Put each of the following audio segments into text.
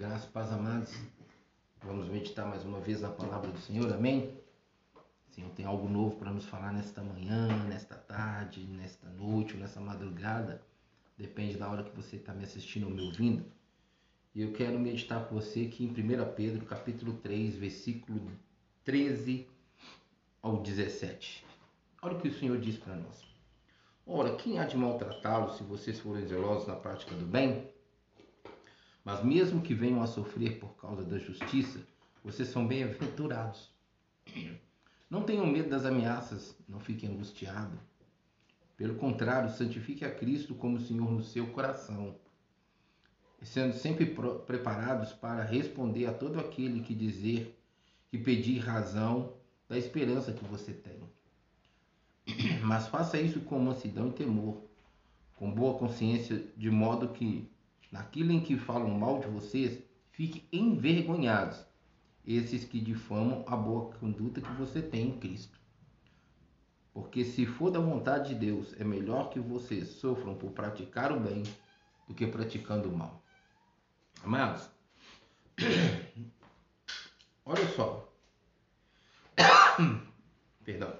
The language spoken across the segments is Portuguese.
Graças, paz, amados. Vamos meditar mais uma vez na palavra do Senhor, amém? O Senhor tem algo novo para nos falar nesta manhã, nesta tarde, nesta noite ou nessa madrugada. Depende da hora que você está me assistindo ou me ouvindo. E eu quero meditar com você aqui em 1 Pedro, capítulo 3, versículo 13 ao 17. Olha o que o Senhor diz para nós. Ora, quem há de maltratá-los se vocês forem zelosos na prática do bem? Mas mesmo que venham a sofrer por causa da justiça, vocês são bem-aventurados. Não tenham medo das ameaças, não fiquem angustiados. Pelo contrário, santifique a Cristo como Senhor no seu coração, sendo sempre preparados para responder a todo aquele que pedir razão da esperança que você tem. Mas faça isso com mansidão e temor, com boa consciência, de modo que naquilo em que falam mal de vocês, fiquem envergonhados, esses que difamam a boa conduta que você tem em Cristo. Porque se for da vontade de Deus, é melhor que vocês sofram por praticar o bem do que praticando o mal. Amados, olha só. Perdão.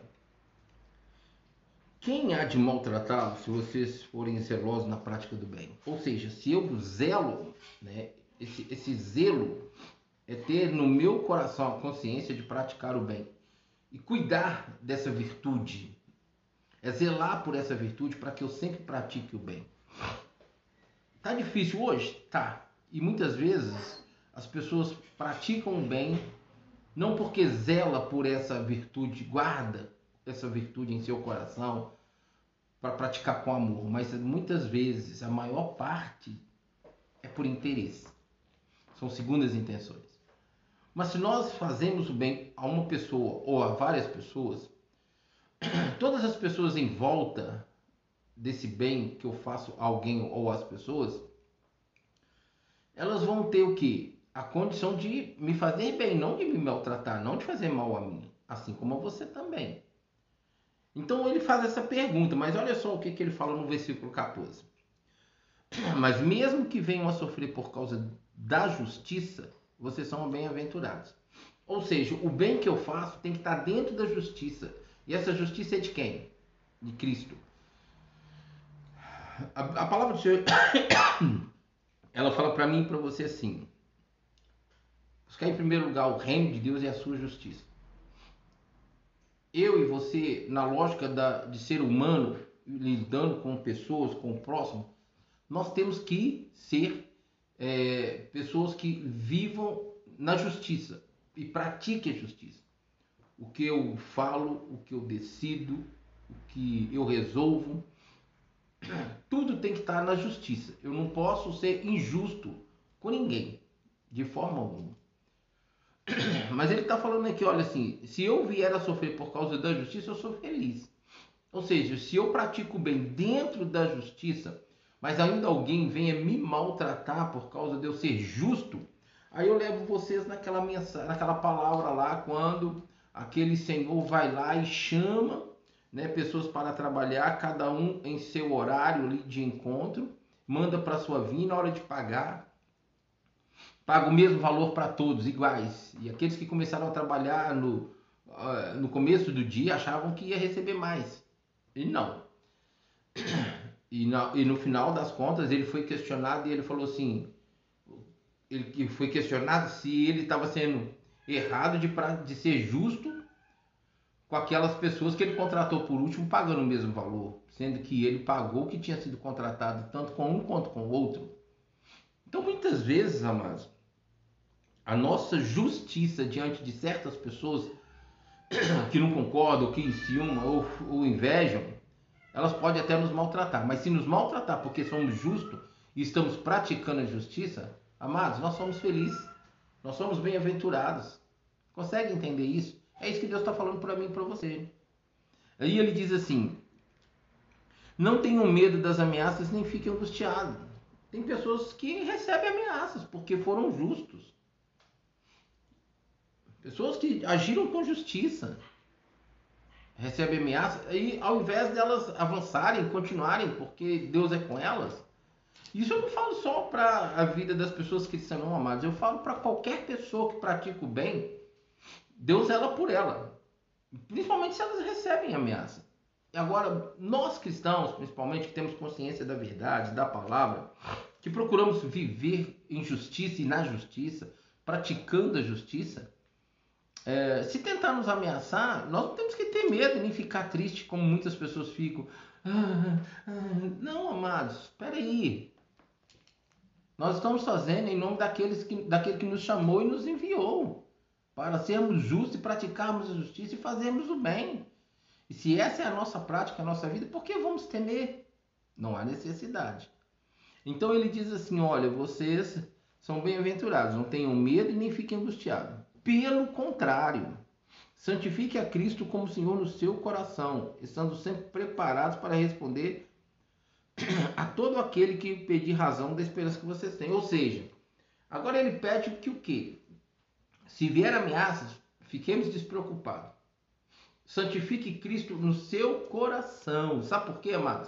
Quem há de maltratá-los se vocês forem zelosos na prática do bem? Ou seja, se eu zelo, né, esse zelo é ter no meu coração a consciência de praticar o bem e cuidar dessa virtude, é zelar por essa virtude para que eu sempre pratique o bem. Tá difícil hoje? Tá. E muitas vezes as pessoas praticam o bem não porque zela por essa virtude, guarda essa virtude em seu coração para praticar com amor, mas muitas vezes, a maior parte é por interesse, são segundas intenções. Mas se nós fazemos o bem a uma pessoa ou a várias pessoas, todas as pessoas em volta desse bem que eu faço a alguém ou às pessoas, elas vão ter o quê? A condição de me fazer bem, não de me maltratar, não de fazer mal a mim, assim como a você também. Então ele faz essa pergunta, mas olha só o que ele fala no versículo 14. Mas mesmo que venham a sofrer por causa da justiça, vocês são bem-aventurados. Ou seja, o bem que eu faço tem que estar dentro da justiça. E essa justiça é de quem? De Cristo. A palavra do Senhor, ela fala para mim e para você assim: buscar em primeiro lugar o reino de Deus e a sua justiça. Eu e você, na lógica de ser humano, lidando com pessoas, com o próximo, nós temos que ser pessoas que vivam na justiça e pratiquem a justiça. O que eu falo, o que eu decido, o que eu resolvo, tudo tem que estar na justiça. Eu não posso ser injusto com ninguém, de forma alguma. Mas ele está falando aqui, olha assim, se eu vier a sofrer por causa da justiça, eu sou feliz. Ou seja, se eu pratico bem dentro da justiça, mas ainda alguém venha me maltratar por causa de eu ser justo, aí eu levo vocês naquela palavra lá, quando aquele Senhor vai lá e chama, né, pessoas para trabalhar, cada um em seu horário ali de encontro, manda para sua vinha, na hora de paga o mesmo valor para todos, iguais. E aqueles que começaram a trabalhar no começo do dia achavam que ia receber mais. E não. E no final das contas ele foi questionado e ele falou assim, ele foi questionado se ele estava sendo errado de ser justo com aquelas pessoas que ele contratou por último pagando o mesmo valor, sendo que ele pagou o que tinha sido contratado tanto com um quanto com o outro. Então muitas vezes, amados, a nossa justiça diante de certas pessoas que não concordam, que enciumam ou invejam, elas podem até nos maltratar. Mas se nos maltratar porque somos justos e estamos praticando a justiça, amados, nós somos felizes. Nós somos bem-aventurados. Consegue entender isso? É isso que Deus está falando para mim e para você. Aí ele diz assim: não tenham medo das ameaças nem fiquem angustiados. Tem pessoas que recebem ameaças porque foram justos. Pessoas que agiram com justiça recebem ameaça e ao invés delas avançarem, continuarem, porque Deus é com elas, Isso eu não falo só para a vida das pessoas cristãs, não, amados. Eu falo para qualquer pessoa que pratica o bem. Deus zela por ela, principalmente se elas recebem ameaça. E agora, nós cristãos, principalmente, que temos consciência da verdade, da palavra, que procuramos viver em justiça e na justiça, praticando a justiça, se tentar nos ameaçar, nós não temos que ter medo nem ficar triste como muitas pessoas ficam. Não, amados, espera aí. Nós estamos fazendo em nome daquele que nos chamou e nos enviou para sermos justos e praticarmos a justiça e fazermos o bem. E se essa é a nossa prática, a nossa vida, por que vamos temer? Não há necessidade. Então ele diz assim, olha, vocês são bem-aventurados, não tenham medo e nem fiquem angustiados. Pelo contrário, santifique a Cristo como Senhor no seu coração, estando sempre preparados para responder a todo aquele que pedir razão da esperança que vocês têm. Ou seja, agora ele pede que o quê? Se vier ameaças, fiquemos despreocupados. Santifique Cristo no seu coração. Sabe por quê, amados?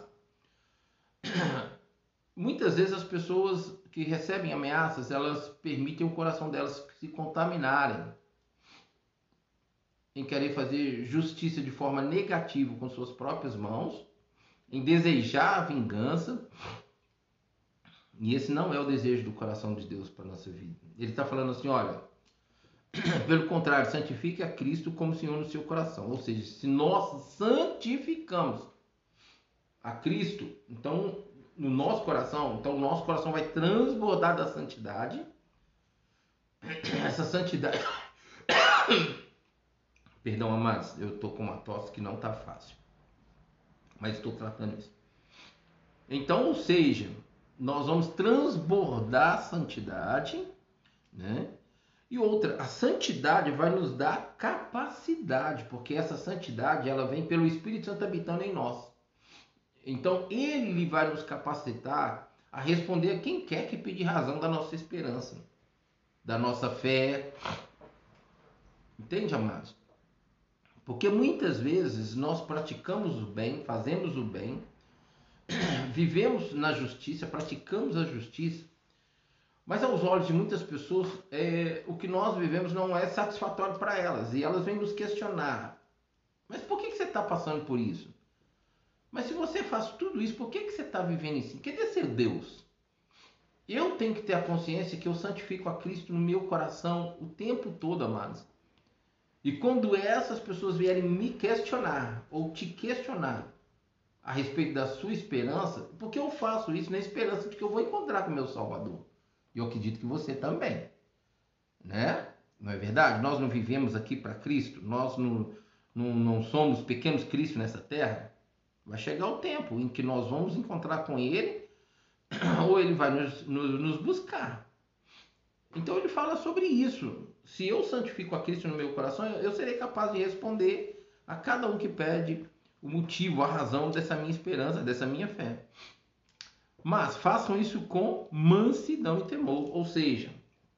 Muitas vezes as pessoas que recebem ameaças, elas permitem o coração delas se contaminarem em querer fazer justiça de forma negativa com suas próprias mãos, em desejar a vingança. E esse não é o desejo do coração de Deus para a nossa vida. Ele está falando assim, olha, pelo contrário, santifique a Cristo como Senhor no seu coração. Ou seja, se nós santificamos a Cristo, então no nosso coração, então o nosso coração vai transbordar da santidade. Essa santidade... Perdão, amados, eu estou com uma tosse que não está fácil, mas estou tratando isso. Então, ou seja, nós vamos transbordar a santidade, né? E outra, a santidade vai nos dar capacidade, porque essa santidade ela vem pelo Espírito Santo habitando em nós. Então, ele vai nos capacitar a responder a quem quer que pedir razão da nossa esperança, da nossa fé. Entende, amados? Porque muitas vezes nós praticamos o bem, fazemos o bem, vivemos na justiça, praticamos a justiça, mas aos olhos de muitas pessoas, o que nós vivemos não é satisfatório para elas. E elas vêm nos questionar. Mas por que você está passando por isso? Mas se você faz tudo isso, por que você está vivendo assim? Quer ser Deus? Eu tenho que ter a consciência que eu santifico a Cristo no meu coração o tempo todo, amados. E quando essas pessoas vierem me questionar, ou te questionar, a respeito da sua esperança, porque eu faço isso na esperança de que eu vou encontrar com o meu Salvador. E eu acredito que você também, né? Não é verdade? Nós não vivemos aqui para Cristo, nós não somos pequenos Cristo nessa terra. Vai chegar o tempo em que nós vamos encontrar com Ele, ou Ele vai nos buscar. Então ele fala sobre isso. Se eu santifico a Cristo no meu coração, eu serei capaz de responder a cada um que pede o motivo, a razão dessa minha esperança, dessa minha fé. Mas façam isso com mansidão e temor. Ou seja,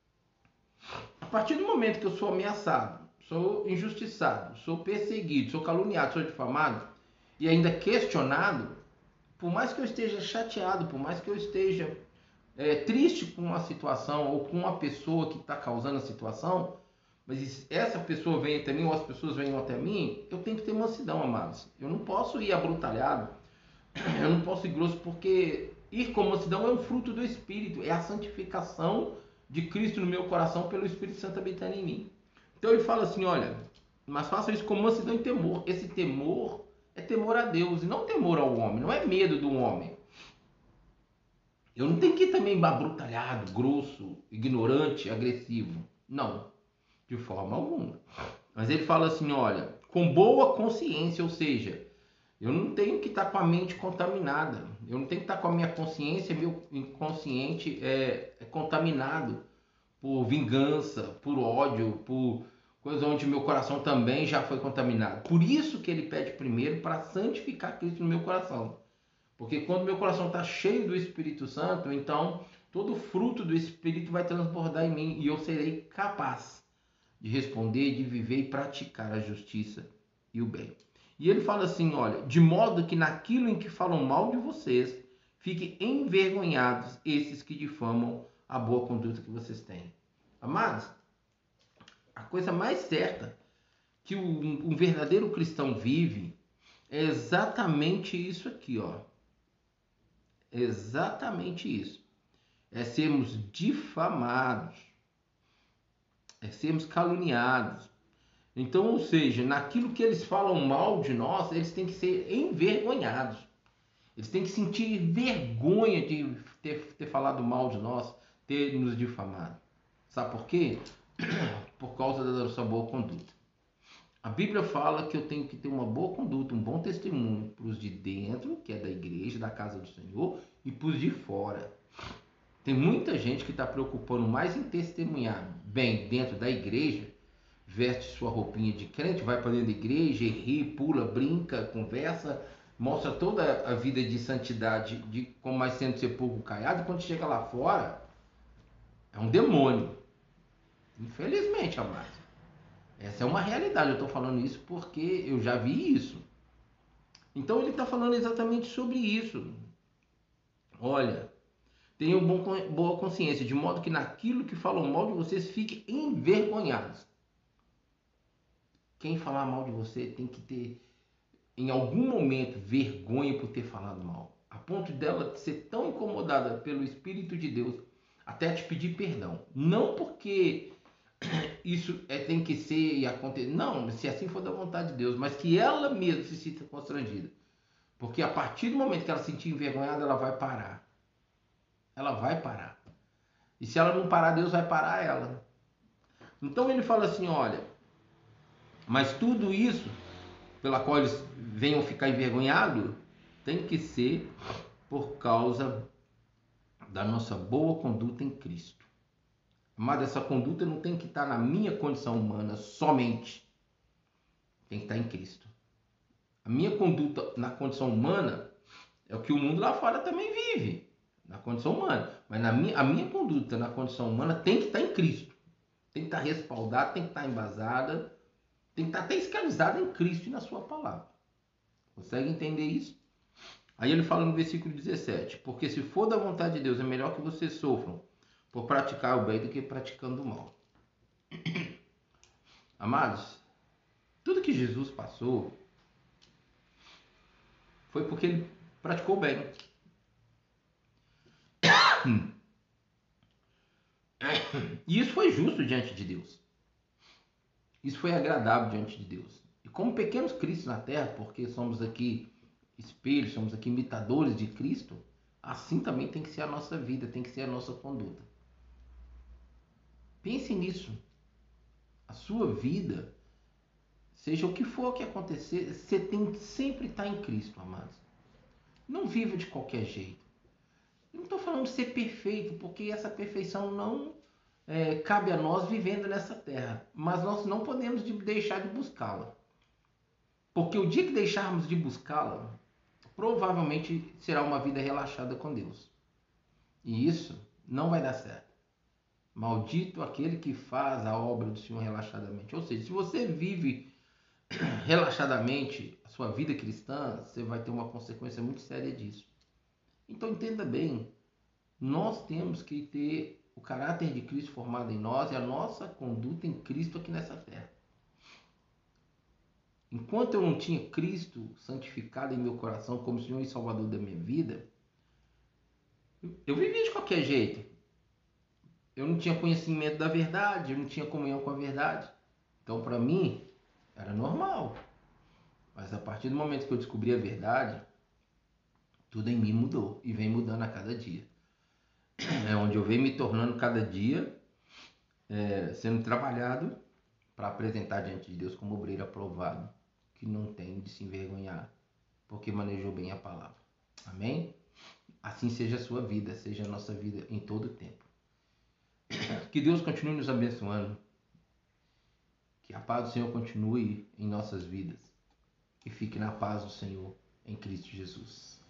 a partir do momento que eu sou ameaçado, sou injustiçado, sou perseguido, sou caluniado, sou difamado e ainda questionado, por mais que eu esteja chateado, por mais que eu esteja triste com uma situação ou com uma pessoa que está causando a situação, mas essa pessoa vem até mim ou as pessoas vêm até mim, eu tenho que ter mansidão, amados. Eu não posso ir abrutalhado, eu não posso ir grosso, porque ir com mansidão é um fruto do Espírito, é a santificação de Cristo no meu coração pelo Espírito Santo habitando em mim. Então ele fala assim, olha, mas faça isso com mansidão e temor. Esse temor é temor a Deus e não temor ao homem, não é medo do homem. Eu não tenho que ir também abrutalhado, grosso, ignorante, agressivo. Não, de forma alguma. Mas ele fala assim, olha, com boa consciência, ou seja, eu não tenho que estar com a mente contaminada. Eu não tenho que estar com a minha consciência, meu inconsciente contaminado por vingança, por ódio, por coisa onde meu coração também já foi contaminado. Por isso que ele pede primeiro para santificar Cristo no meu coração. Porque quando meu coração está cheio do Espírito Santo, então todo fruto do Espírito vai transbordar em mim e eu serei capaz de responder, de viver e praticar a justiça e o bem. E ele fala assim, olha, de modo que naquilo em que falam mal de vocês, fiquem envergonhados esses que difamam a boa conduta que vocês têm. Amados, a coisa mais certa que um verdadeiro cristão vive é exatamente isso aqui, ó. Exatamente isso. É sermos difamados, é sermos caluniados. Então, ou seja, naquilo que eles falam mal de nós, eles têm que ser envergonhados. Eles têm que sentir vergonha de ter falado mal de nós, ter nos difamado. Sabe por quê? Por causa da nossa boa conduta. A Bíblia fala que eu tenho que ter uma boa conduta, um bom testemunho para os de dentro, que é da igreja, da casa do Senhor, e para os de fora. Tem muita gente que está preocupando mais em testemunhar bem dentro da igreja, veste sua roupinha de crente, vai para dentro da igreja, ri, pula, brinca, conversa, mostra toda a vida de santidade, de como mais sendo sepulcro caiado, e quando chega lá fora, é um demônio. Infelizmente, amados. Essa é uma realidade, eu estou falando isso porque eu já vi isso. Então ele está falando exatamente sobre isso. Olha, tenham boa consciência, de modo que naquilo que falam mal de vocês fiquem envergonhados. Quem falar mal de você tem que ter, em algum momento, vergonha por ter falado mal. A ponto dela ser tão incomodada pelo Espírito de Deus até te pedir perdão. Não porque isso tem que ser e acontecer. Não, se assim for da vontade de Deus, mas que ela mesma se sinta constrangida. Porque a partir do momento que ela se sentir envergonhada, ela vai parar. Ela vai parar. E se ela não parar, Deus vai parar ela. Então ele fala assim, olha, mas tudo isso, pela qual eles venham ficar envergonhados, tem que ser por causa da nossa boa conduta em Cristo. Mas essa conduta não tem que estar na minha condição humana somente. Tem que estar em Cristo. A minha conduta na condição humana é o que o mundo lá fora também vive. Na condição humana. Mas a minha conduta na condição humana tem que estar em Cristo. Tem que estar respaldada, tem que estar embasada, tem que estar até escravizada em Cristo e na sua palavra. Consegue entender isso? Aí ele fala no versículo 17. Porque se for da vontade de Deus, é melhor que vocês sofram por praticar o bem do que praticando o mal. Amados, tudo que Jesus passou foi porque ele praticou o bem. E isso foi justo diante de Deus. Isso foi agradável diante de Deus. E como pequenos cristos na terra, porque somos aqui espelhos, somos aqui imitadores de Cristo, assim também tem que ser a nossa vida, tem que ser a nossa conduta. Pense nisso. A sua vida, seja o que for que acontecer, você tem que sempre estar em Cristo, amados. Não viva de qualquer jeito. Eu não estou falando de ser perfeito, porque essa perfeição não cabe a nós vivendo nessa terra. Mas nós não podemos deixar de buscá-la. Porque o dia que deixarmos de buscá-la, provavelmente será uma vida relaxada com Deus. E isso não vai dar certo. Maldito aquele que faz a obra do Senhor relaxadamente. Ou seja, se você vive relaxadamente a sua vida cristã, você vai ter uma consequência muito séria disso. Então entenda bem, nós temos que ter o caráter de Cristo formado em nós e a nossa conduta em Cristo aqui nessa terra. Enquanto eu não tinha Cristo santificado em meu coração como Senhor e Salvador da minha vida, eu vivia de qualquer jeito. Eu não tinha conhecimento da verdade, eu não tinha comunhão com a verdade. Então, para mim, era normal. Mas a partir do momento que eu descobri a verdade, tudo em mim mudou e vem mudando a cada dia. É onde eu venho me tornando cada dia sendo trabalhado para apresentar diante de Deus como obreiro aprovado, que não tem de se envergonhar, porque manejou bem a palavra. Amém? Assim seja a sua vida, seja a nossa vida em todo o tempo. Que Deus continue nos abençoando. Que a paz do Senhor continue em nossas vidas. E fique na paz do Senhor em Cristo Jesus.